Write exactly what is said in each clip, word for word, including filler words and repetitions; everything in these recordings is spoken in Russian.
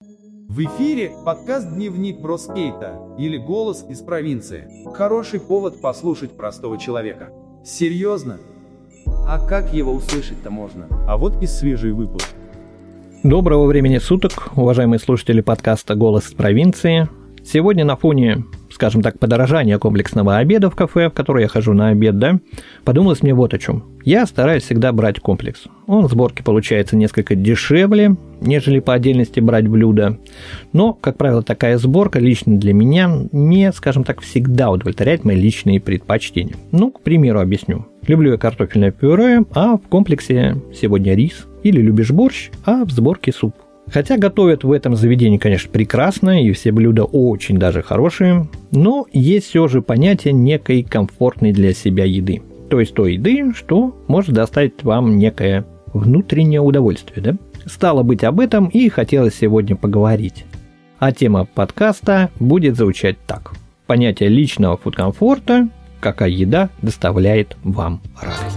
В эфире подкаст «Дневник Броскейта» или «Голос из провинции». Хороший повод послушать простого человека. Серьезно? А как его услышать-то можно? А вот и свежий выпуск. Доброго времени суток, уважаемые слушатели подкаста «Голос из провинции». Сегодня на фоне, скажем так, подорожания комплексного обеда в кафе, в которое я хожу на обед, да, подумалось мне вот о чем. Я стараюсь всегда брать комплекс. Он в сборке получается несколько дешевле, нежели по отдельности брать блюдо. Но, как правило, такая сборка лично для меня не, скажем так, всегда удовлетворяет мои личные предпочтения. Ну, к примеру, объясню. Люблю я картофельное пюре, а в комплексе сегодня рис. Или любишь борщ, а в сборке суп. Хотя готовят в этом заведении, конечно, прекрасно, и все блюда очень даже хорошие, но есть все же понятие некой комфортной для себя еды. То есть той еды, что может доставить вам некое внутреннее удовольствие, да? Стало быть, об этом и хотелось сегодня поговорить. А тема подкаста будет звучать так. Понятие личного фуд-комфорта, какая еда доставляет вам радость.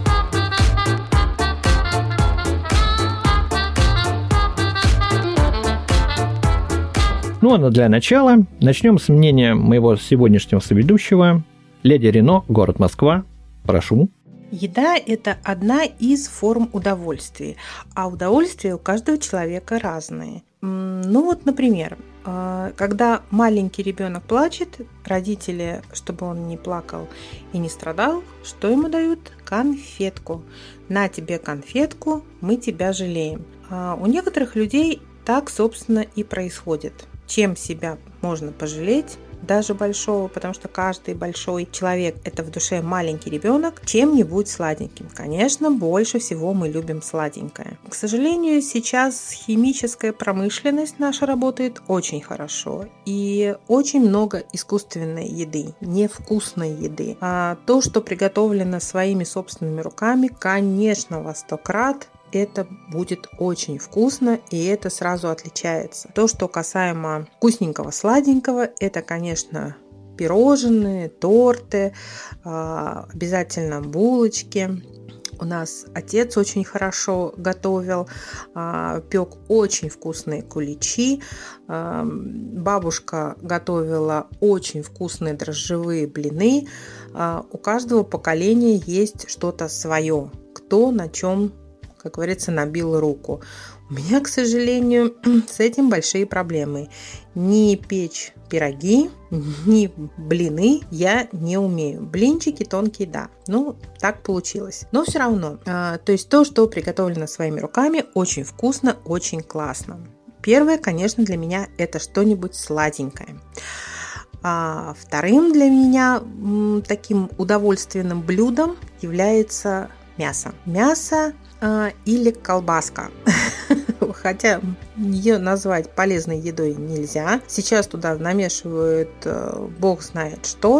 Ну а для начала начнем с мнения моего сегодняшнего соведущего, леди Рено, город Москва. Прошу. Еда – это одна из форм удовольствия, а удовольствия у каждого человека разные. Ну вот, например, когда маленький ребенок плачет, родители, чтобы он не плакал и не страдал, что ему дают? Конфетку. На тебе конфетку, мы тебя жалеем. А у некоторых людей так, собственно, и происходит. Чем себя можно пожалеть, даже большого, потому что каждый большой человек – это в душе маленький ребенок, чем-нибудь сладеньким. Конечно, больше всего мы любим сладенькое. К сожалению, сейчас химическая промышленность наша работает очень хорошо. И очень много искусственной еды, невкусной еды. А то, что приготовлено своими собственными руками, конечно, во сто крат это будет очень вкусно, и это сразу отличается. То, что касаемо вкусненького, сладенького, это, конечно, пирожные, торты, обязательно булочки. У нас отец очень хорошо готовил, пек очень вкусные куличи. Бабушка готовила очень вкусные дрожжевые блины. У каждого поколения есть что-то свое, кто на чем, как говорится, набил руку. У меня, к сожалению, с этим большие проблемы. Ни печь пироги, ни блины я не умею. Блинчики тонкие, да. Ну, так получилось. Но все равно. То есть то, что приготовлено своими руками, очень вкусно, очень классно. Первое, конечно, для меня это что-нибудь сладенькое. А вторым для меня таким удовольственным блюдом является мясо. Мясо или колбаска. Хотя ее назвать полезной едой нельзя. Сейчас туда намешивают бог знает что.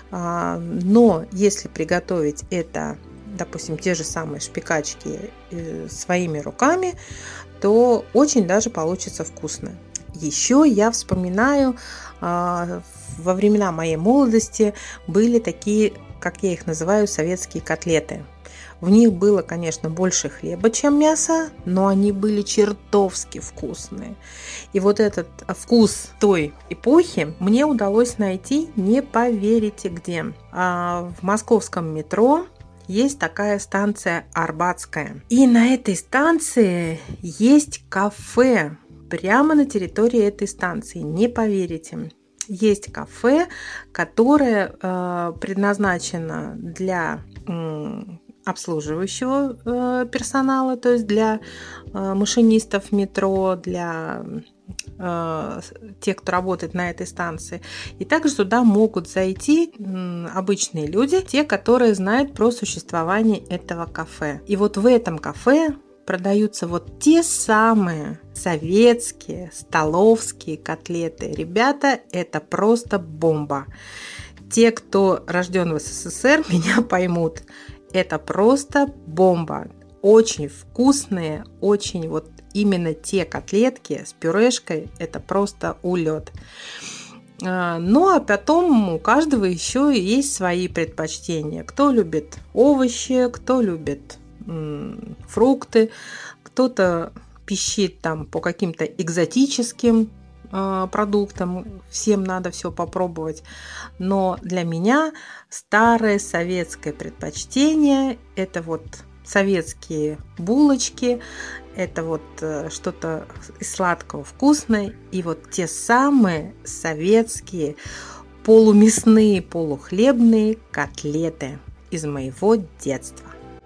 Но если приготовить это, допустим, те же самые шпикачки своими руками, то очень даже получится вкусно. Еще я вспоминаю, во времена моей молодости были такие, как я их называю, советские котлеты. В них было, конечно, больше хлеба, чем мяса, но они были чертовски вкусные. И вот этот вкус той эпохи мне удалось найти, не поверите где. А в московском метро есть такая станция Арбатская. И на этой станции есть кафе прямо на территории этой станции, не поверите. Есть кафе, которое э, предназначено для э, обслуживающего э, персонала, то есть для э, машинистов метро, для э, тех, кто работает на этой станции. И также туда могут зайти э, обычные люди, те, которые знают про существование этого кафе. И вот в этом кафе продаются вот те самые советские столовские котлеты. Ребята, это просто бомба. Те, кто рожден в СССР, меня поймут. Это просто бомба. Очень вкусные, очень вот именно те котлетки с пюрешкой, это просто улет. Ну, а потом у каждого еще есть свои предпочтения. Кто любит овощи, кто любит м- фрукты, кто-то пищит там по каким-то экзотическим э, продуктам, всем надо все попробовать. Но для меня старое советское предпочтение – это вот советские булочки, это вот э, что-то из сладкого вкусное, и вот те самые советские полумясные, полухлебные котлеты из моего детства.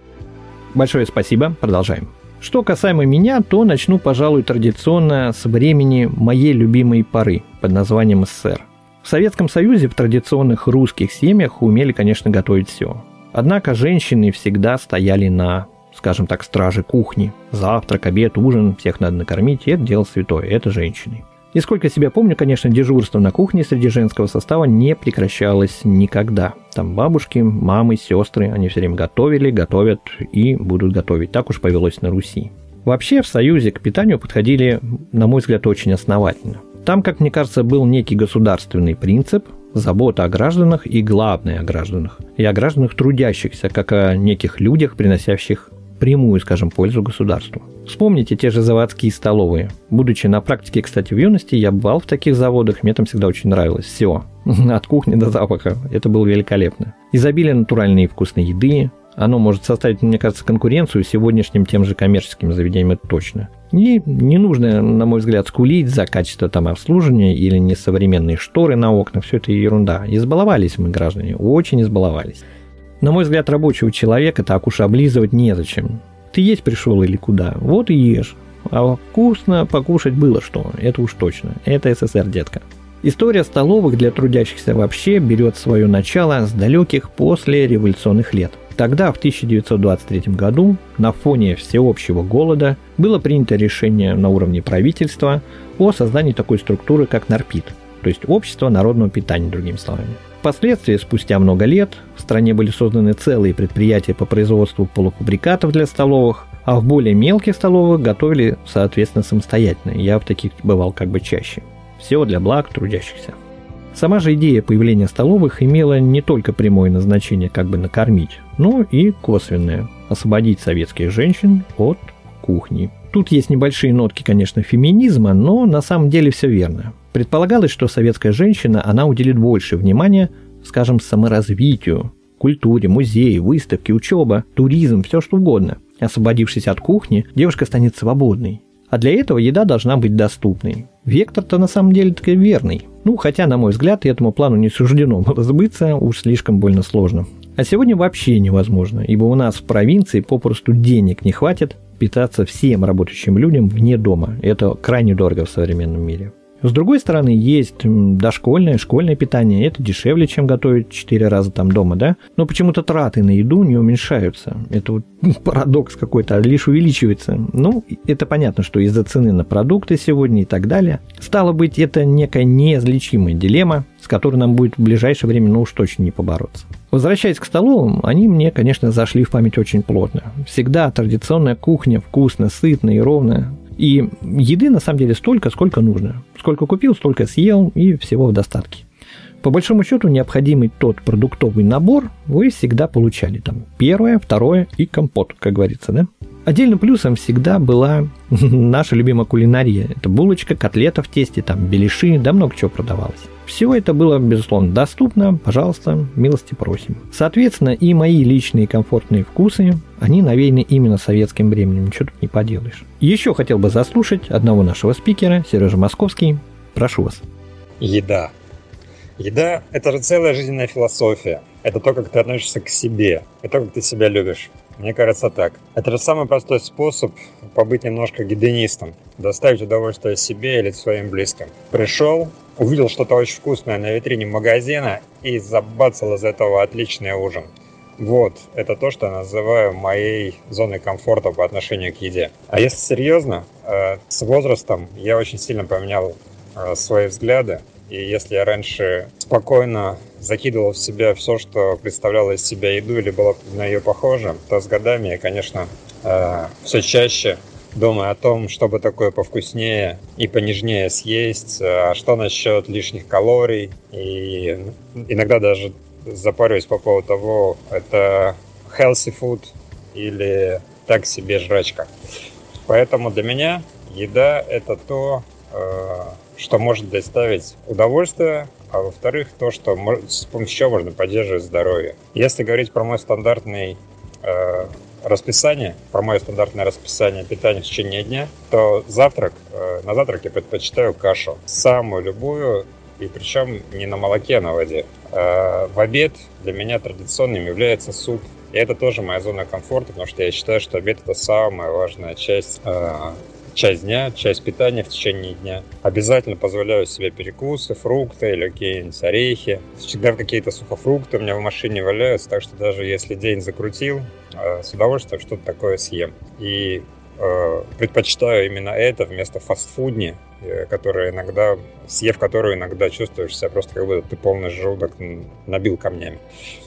Большое спасибо. Продолжаем. Что касаемо меня, то начну, пожалуй, традиционно с времени моей любимой поры под названием СССР. В Советском Союзе в традиционных русских семьях умели, конечно, готовить все. Однако женщины всегда стояли на, скажем так, страже кухни. Завтрак, обед, ужин, всех надо накормить, и это дело святое, это женщины. И сколько себя помню, конечно, дежурство на кухне среди женского состава не прекращалось никогда. Там бабушки, мамы, сестры, они все время готовили, готовят и будут готовить. Так уж повелось на Руси. Вообще в Союзе к питанию подходили, на мой взгляд, очень основательно. Там, как мне кажется, был некий государственный принцип, забота о гражданах и, главное, о гражданах. И о гражданах трудящихся, как о неких людях, приносящих прямую, скажем, пользу государству. Вспомните те же заводские столовые. Будучи на практике, кстати, в юности, я бывал в таких заводах, мне там всегда очень нравилось. Все, от кухни до запаха. Это было великолепно. Изобилие натуральной и вкусной еды. Оно может составить, мне кажется, конкуренцию сегодняшним тем же коммерческим заведениям, это точно. И не нужно, на мой взгляд, скулить за качество там обслуживания или несовременные шторы на окнах. Все это ерунда. Избаловались мы, граждане, очень избаловались. На мой взгляд, рабочего человека так уж облизывать незачем. Ты есть пришел или куда? Вот и ешь. А вкусно покушать было что, это уж точно. Это СССР, детка. История столовых для трудящихся вообще берет свое начало с далеких послереволюционных лет. Тогда, в тысяча девятьсот двадцать третьем году, на фоне всеобщего голода, было принято решение на уровне правительства о создании такой структуры, как НАРПИТ, то есть Общество народного питания, другими словами. Впоследствии, спустя много лет, в стране были созданы целые предприятия по производству полуфабрикатов для столовых, а в более мелких столовых готовили, соответственно, самостоятельно. Я в таких бывал как бы чаще. Все для благ трудящихся. Сама же идея появления столовых имела не только прямое назначение как бы накормить, но и косвенное – освободить советских женщин от кухни. Тут есть небольшие нотки, конечно, феминизма, но на самом деле все верно. Предполагалось, что советская женщина, она уделит больше внимания, скажем, саморазвитию, культуре, музеи, выставки, учеба, туризм, все что угодно. Освободившись от кухни, девушка станет свободной. А для этого еда должна быть доступной. Вектор-то на самом деле таки верный. Ну, хотя, на мой взгляд, этому плану не суждено было сбыться, уж слишком больно сложно. А сегодня вообще невозможно, ибо у нас в провинции попросту денег не хватит питаться всем работающим людям вне дома. Это крайне дорого в современном мире. С другой стороны, есть дошкольное, школьное питание. Это дешевле, чем готовить четыре раза там дома, да? Но почему-то траты на еду не уменьшаются. Это вот парадокс какой-то, а лишь увеличивается. Ну, это понятно, что из-за цены на продукты сегодня и так далее. Стало быть, это некая неизлечимая дилемма, с которой нам будет в ближайшее время, ну уж точно не побороться. Возвращаясь к столовым, они мне, конечно, зашли в память очень плотно. Всегда традиционная кухня, вкусно, сытно и ровно. И еды на самом деле столько, сколько нужно. Сколько купил, столько съел, и всего в достатке. По большому счету, необходимый тот продуктовый набор вы всегда получали. Там первое, второе и компот, как говорится, да? Отдельным плюсом всегда была наша любимая кулинария. Это булочка, котлета в тесте, там беляши, да много чего продавалось. Все это было, безусловно, доступно. Пожалуйста, милости просим. Соответственно, и мои личные комфортные вкусы, они навеяны именно советским временем. Ничего тут не поделаешь. Еще хотел бы заслушать одного нашего спикера, Сережа Московский. Прошу вас. Еда. Еда – это же целая жизненная философия. Это то, как ты относишься к себе. Это то, как ты себя любишь. Мне кажется так. Это же самый простой способ побыть немножко гедонистом. Доставить удовольствие себе или своим близким. Пришел, увидел что-то очень вкусное на витрине магазина и забацал из этого отличный ужин. Вот, это то, что я называю моей зоной комфорта по отношению к еде. А если серьезно, с возрастом я очень сильно поменял свои взгляды. И если я раньше спокойно закидывал в себя все, что представляло из себя еду или было на ее похоже, то с годами я, конечно, все чаще думаю о том, чтобы такое повкуснее и понежнее съесть, а что насчет лишних калорий. И иногда даже запариваюсь по поводу того, это healthy food или так себе жрачка. Поэтому для меня еда – это то, что может доставить удовольствие, а во-вторых, то, что с помощью чего можно поддерживать здоровье. Если говорить про мой стандартный э, расписание, про мое стандартное расписание питания в течение дня, то завтрак, э, на завтрак я предпочитаю кашу, самую любую, и причем не на молоке, а на воде. Э, в обед для меня традиционным является суп. И это тоже моя зона комфорта, потому что я считаю, что обед – это самая важная часть э, часть дня, часть питания в течение дня. Обязательно позволяю себе перекусы, фрукты или какие-нибудь орехи. Всегда какие-то сухофрукты у меня в машине валяются, так что даже если день закрутил, с удовольствием что-то такое съем. И э, предпочитаю именно это вместо фастфудни, который иногда, съев которую иногда чувствуешь себя просто как будто ты полный желудок набил камнями.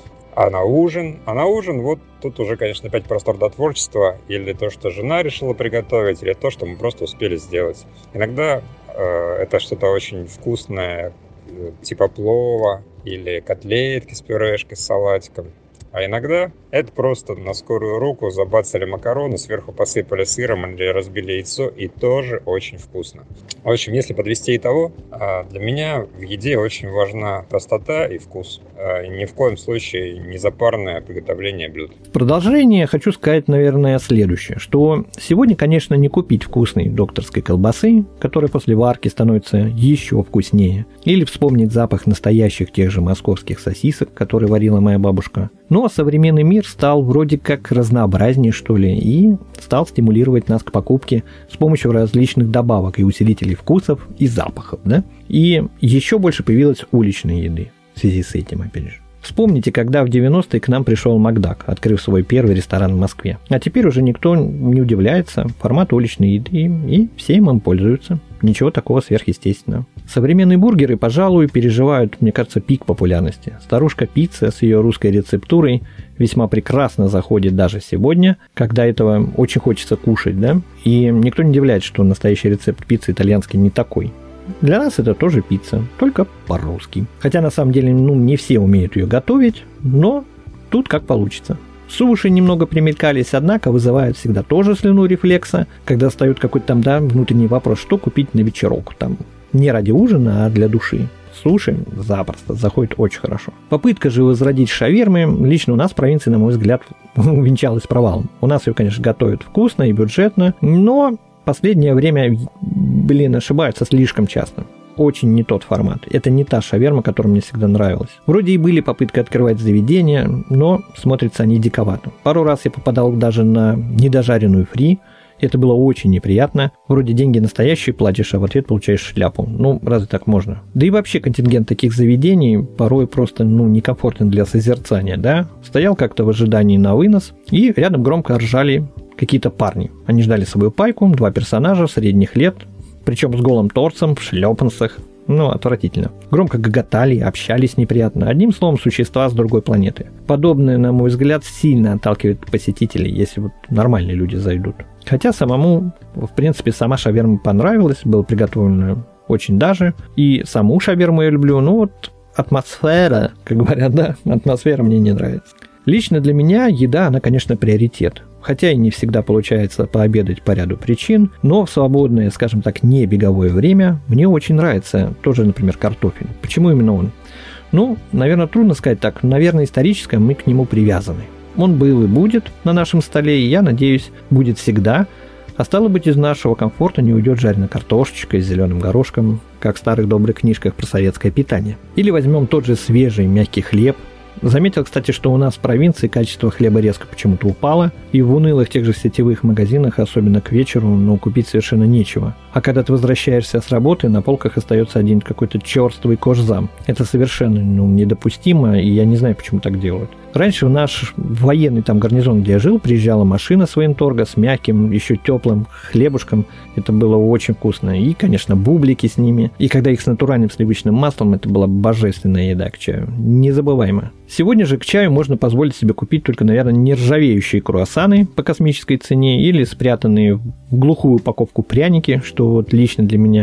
А на ужин, а на ужин вот тут уже, конечно, опять простор до творчества, или то, что жена решила приготовить, или то, что мы просто успели сделать. Иногда э, это что-то очень вкусное, типа плова, или котлетки с пюрешкой, с салатиком. А иногда это просто на скорую руку забацали макароны, сверху посыпали сыром или разбили яйцо, и тоже очень вкусно. В общем, если подвести итого, для меня в еде очень важна простота и вкус. И ни в коем случае не запарное приготовление блюд. В продолжение хочу сказать, наверное, следующее, что сегодня, конечно, не купить вкусной докторской колбасы, которая после варки становится еще вкуснее, или вспомнить запах настоящих тех же московских сосисок, которые варила моя бабушка. Но современный мир стал вроде как разнообразнее, что ли, и стал стимулировать нас к покупке с помощью различных добавок и усилителей вкусов и запахов, да? И еще больше появилось уличной еды в связи с этим, опять же. Вспомните, когда в девяностые к нам пришел Макдак, открыв свой первый ресторан в Москве. А теперь уже никто не удивляется формату уличной еды, и все им пользуются. Ничего такого сверхъестественного. Современные бургеры, пожалуй, переживают, мне кажется, пик популярности. Старушка-пицца с ее русской рецептурой весьма прекрасно заходит даже сегодня, когда этого очень хочется кушать, да? И никто не удивляется, что настоящий рецепт пиццы итальянский не такой. Для нас это тоже пицца, только по-русски. Хотя на самом деле, ну, не все умеют ее готовить, но тут как получится. Суши немного примелькались, однако вызывают всегда тоже слюну рефлекса, когда встает какой-то там, да, внутренний вопрос, что купить на вечерок, там, не ради ужина, а для души. Суши запросто, заходит очень хорошо. Попытка же возродить шавермы лично у нас в провинции, на мой взгляд, увенчалась провалом. У нас ее, конечно, готовят вкусно и бюджетно, но в последнее время, блин, ошибаются слишком часто. Очень не тот формат. Это не та шаверма, которая мне всегда нравилась. Вроде и были попытки открывать заведения, но смотрятся они диковато. Пару раз я попадал даже на недожаренную фри. Это было очень неприятно. Вроде деньги настоящие платишь, а в ответ получаешь шляпу. Ну, разве так можно? Да и вообще контингент таких заведений порой просто, ну, некомфортен для созерцания, да? Стоял как-то в ожидании на вынос, и рядом громко ржали какие-то парни. Они ждали свою пайку, два персонажа средних лет, причем с голым торсом, в шлепанцах. Ну, отвратительно. Громко гоготали, общались неприятно. Одним словом, существа с другой планеты. Подобное, на мой взгляд, сильно отталкивает посетителей, если вот нормальные люди зайдут. Хотя самому, в принципе, сама шаверма понравилась, была приготовлена очень даже. И саму шаверму я люблю, но вот атмосфера, как говорят, да, атмосфера мне не нравится. Лично для меня еда, она, конечно, приоритет. Хотя и не всегда получается пообедать по ряду причин, но в свободное, скажем так, не беговое время мне очень нравится тоже, например, картофель. Почему именно он? Ну, наверное, трудно сказать так. Наверное, исторически мы к нему привязаны. Он был и будет на нашем столе, и, я надеюсь, будет всегда. А стало быть, из нашего комфорта не уйдет жареная картошечка с зеленым горошком, как в старых добрых книжках про советское питание. Или возьмем тот же свежий мягкий хлеб. Заметил, кстати, что у нас в провинции качество хлеба резко почему-то упало, и в унылых тех же сетевых магазинах, особенно к вечеру, ну, купить совершенно нечего. А когда ты возвращаешься с работы, на полках остается один какой-то черствый кожзам. Это совершенно, ну, недопустимо, и я не знаю, почему так делают. Раньше в наш военный там гарнизон, где я жил, приезжала машина с военторга с мягким, еще теплым хлебушком. Это было очень вкусно. И, конечно, бублики с ними. И когда их с натуральным сливочным маслом, это была божественная еда к чаю. Незабываемо. Сегодня же к чаю можно позволить себе купить только, наверное, нержавеющие круассаны по космической цене или спрятанные в глухую упаковку пряники, что вот лично для меня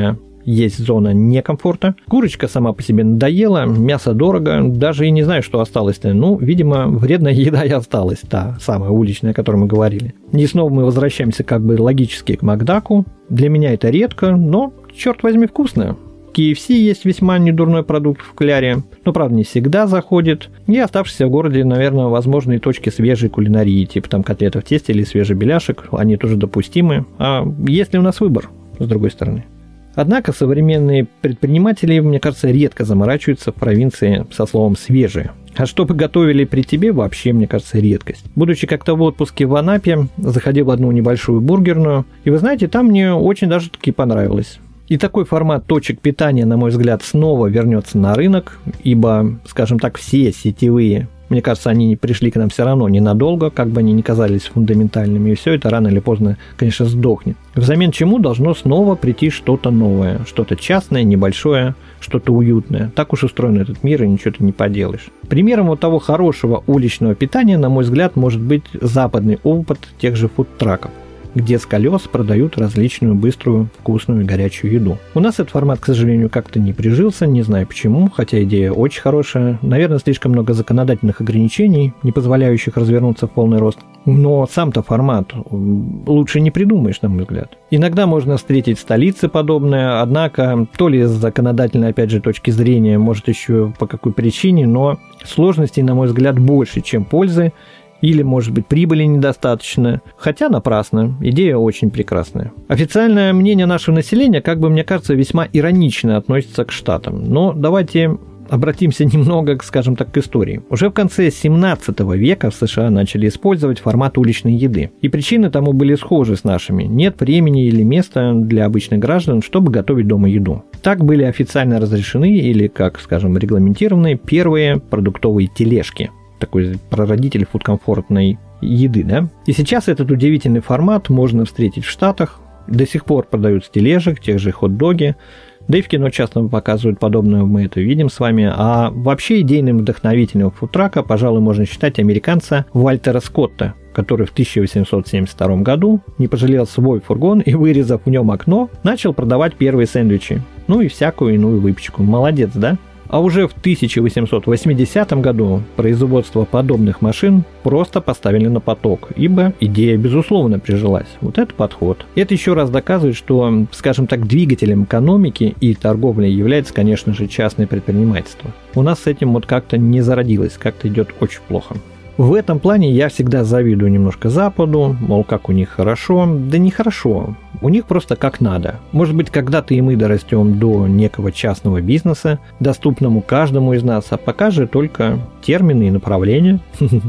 есть зона некомфорта. Курочка сама по себе надоела, мясо дорого, даже и не знаю, что осталось-то. Ну, видимо, вредная еда и осталась, та самая уличная, о которой мы говорили. И снова мы возвращаемся как бы логически к Макдаку. Для меня это редко, но, черт возьми, вкусно. кей эф си есть весьма недурной продукт в кляре, но, правда, не всегда заходит. И оставшиеся в городе, наверное, возможные точки свежей кулинарии, типа там котлета в тесте или свежий беляшек, они тоже допустимы. А есть ли у нас выбор, с другой стороны? Однако современные предприниматели, мне кажется, редко заморачиваются в провинции со словом «свежие». А чтобы готовили при тебе, вообще, мне кажется, редкость. Будучи как-то в отпуске в Анапе, заходил в одну небольшую бургерную, и вы знаете, там мне очень даже таки понравилось. И такой формат точек питания, на мой взгляд, снова вернется на рынок, ибо, скажем так, все сетевые, мне кажется, они пришли к нам все равно ненадолго, как бы они ни казались фундаментальными, и все это рано или поздно, конечно, сдохнет. Взамен чему должно снова прийти что-то новое, что-то частное, небольшое, что-то уютное. Так уж устроен этот мир, и ничего ты не поделаешь. Примером вот того хорошего уличного питания, на мой взгляд, может быть западный опыт тех же фудтраков, где с колес продают различную быструю, вкусную и горячую еду. У нас этот формат, к сожалению, как-то не прижился, не знаю почему, хотя идея очень хорошая. Наверное, слишком много законодательных ограничений, не позволяющих развернуться в полный рост. Но сам-то формат лучше не придумаешь, на мой взгляд. Иногда можно встретить в столице подобное, однако то ли с законодательной, опять же, точки зрения, может еще по какой причине, но сложностей, на мой взгляд, больше, чем пользы. Или, может быть, прибыли недостаточно. Хотя напрасно. Идея очень прекрасная. Официальное мнение нашего населения, как бы мне кажется, весьма иронично относится к Штатам. Но давайте обратимся немного, скажем так, к истории. Уже в конце семнадцатого века в США начали использовать формат уличной еды. И причины тому были схожи с нашими. Нет времени или места для обычных граждан, чтобы готовить дома еду. Так были официально разрешены или, как, скажем, регламентированы первые продуктовые тележки. Такой прародитель фудкомфортной еды, да? И сейчас этот удивительный формат можно встретить в Штатах. До сих пор продаются тележек, тех же хот-доги. Да и в кино часто показывают подобное, мы это видим с вами. А вообще идейным вдохновителем фудтрака, пожалуй, можно считать американца Вальтера Скотта, который в тысяча восемьсот семьдесят втором году не пожалел свой фургон и, вырезав в нем окно, начал продавать первые сэндвичи. Ну и всякую иную выпечку. Молодец, да? А уже в тысяча восемьсот восьмидесятом году производство подобных машин просто поставили на поток, ибо идея, безусловно, прижилась. Вот это подход. Это еще раз доказывает, что, скажем так, двигателем экономики и торговли является, конечно же, частное предпринимательство. У нас с этим вот как-то не зародилось, как-то идет очень плохо. В этом плане я всегда завидую немножко Западу, мол, как у них хорошо. Да не хорошо, у них просто как надо. Может быть, когда-то и мы дорастем до некого частного бизнеса, доступному каждому из нас, а пока же только термины и направления.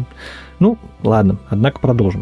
Ну, ладно, однако продолжим.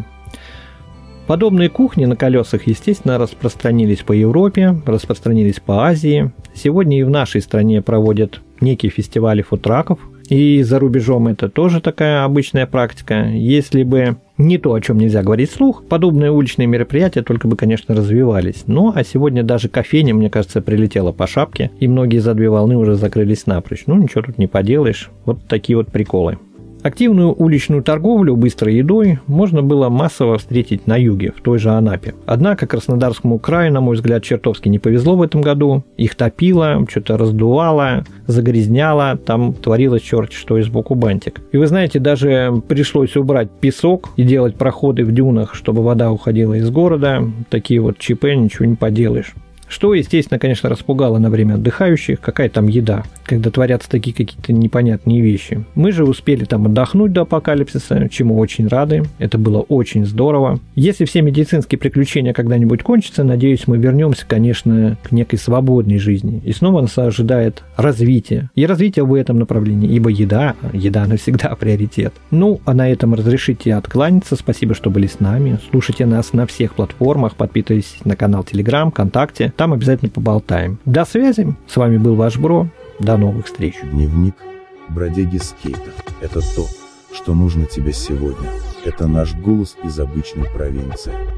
Подобные кухни на колесах, естественно, распространились по Европе, распространились по Азии. Сегодня и в нашей стране проводят некие фестивали фудтраков, и за рубежом это тоже такая обычная практика. Если бы не то, о чем нельзя говорить вслух, подобные уличные мероприятия только бы, конечно, развивались. Ну, а сегодня даже кофейня, мне кажется, прилетела по шапке, и многие за две волны уже закрылись напрочь. Ну, ничего тут не поделаешь. Вот такие вот приколы. Активную уличную торговлю быстрой едой можно было массово встретить на юге, в той же Анапе. Однако Краснодарскому краю, на мой взгляд, чертовски не повезло в этом году. Их топило, что-то раздувало, загрязняло, там творилось черт что и сбоку бантик. И вы знаете, даже пришлось убрать песок и делать проходы в дюнах, чтобы вода уходила из города. Такие вот ЧП, ничего не поделаешь. Что, естественно, конечно, распугало на время отдыхающих, какая там еда, когда творятся такие какие-то непонятные вещи. Мы же успели там отдохнуть до апокалипсиса, чему очень рады, это было очень здорово. Если все медицинские приключения когда-нибудь кончатся, надеюсь, мы вернемся, конечно, к некой свободной жизни. И снова нас ожидает развитие. И развитие в этом направлении, ибо еда, еда навсегда приоритет. Ну, а на этом разрешите откланяться. Спасибо, что были с нами. Слушайте нас на всех платформах, подписывайтесь на канал Telegram, ВКонтакте. Там обязательно поболтаем. До связи. С вами был ваш Бро. До новых встреч. Дневник бродяги скейта. Это то, что нужно тебе сегодня. Это наш голос из обычной провинции.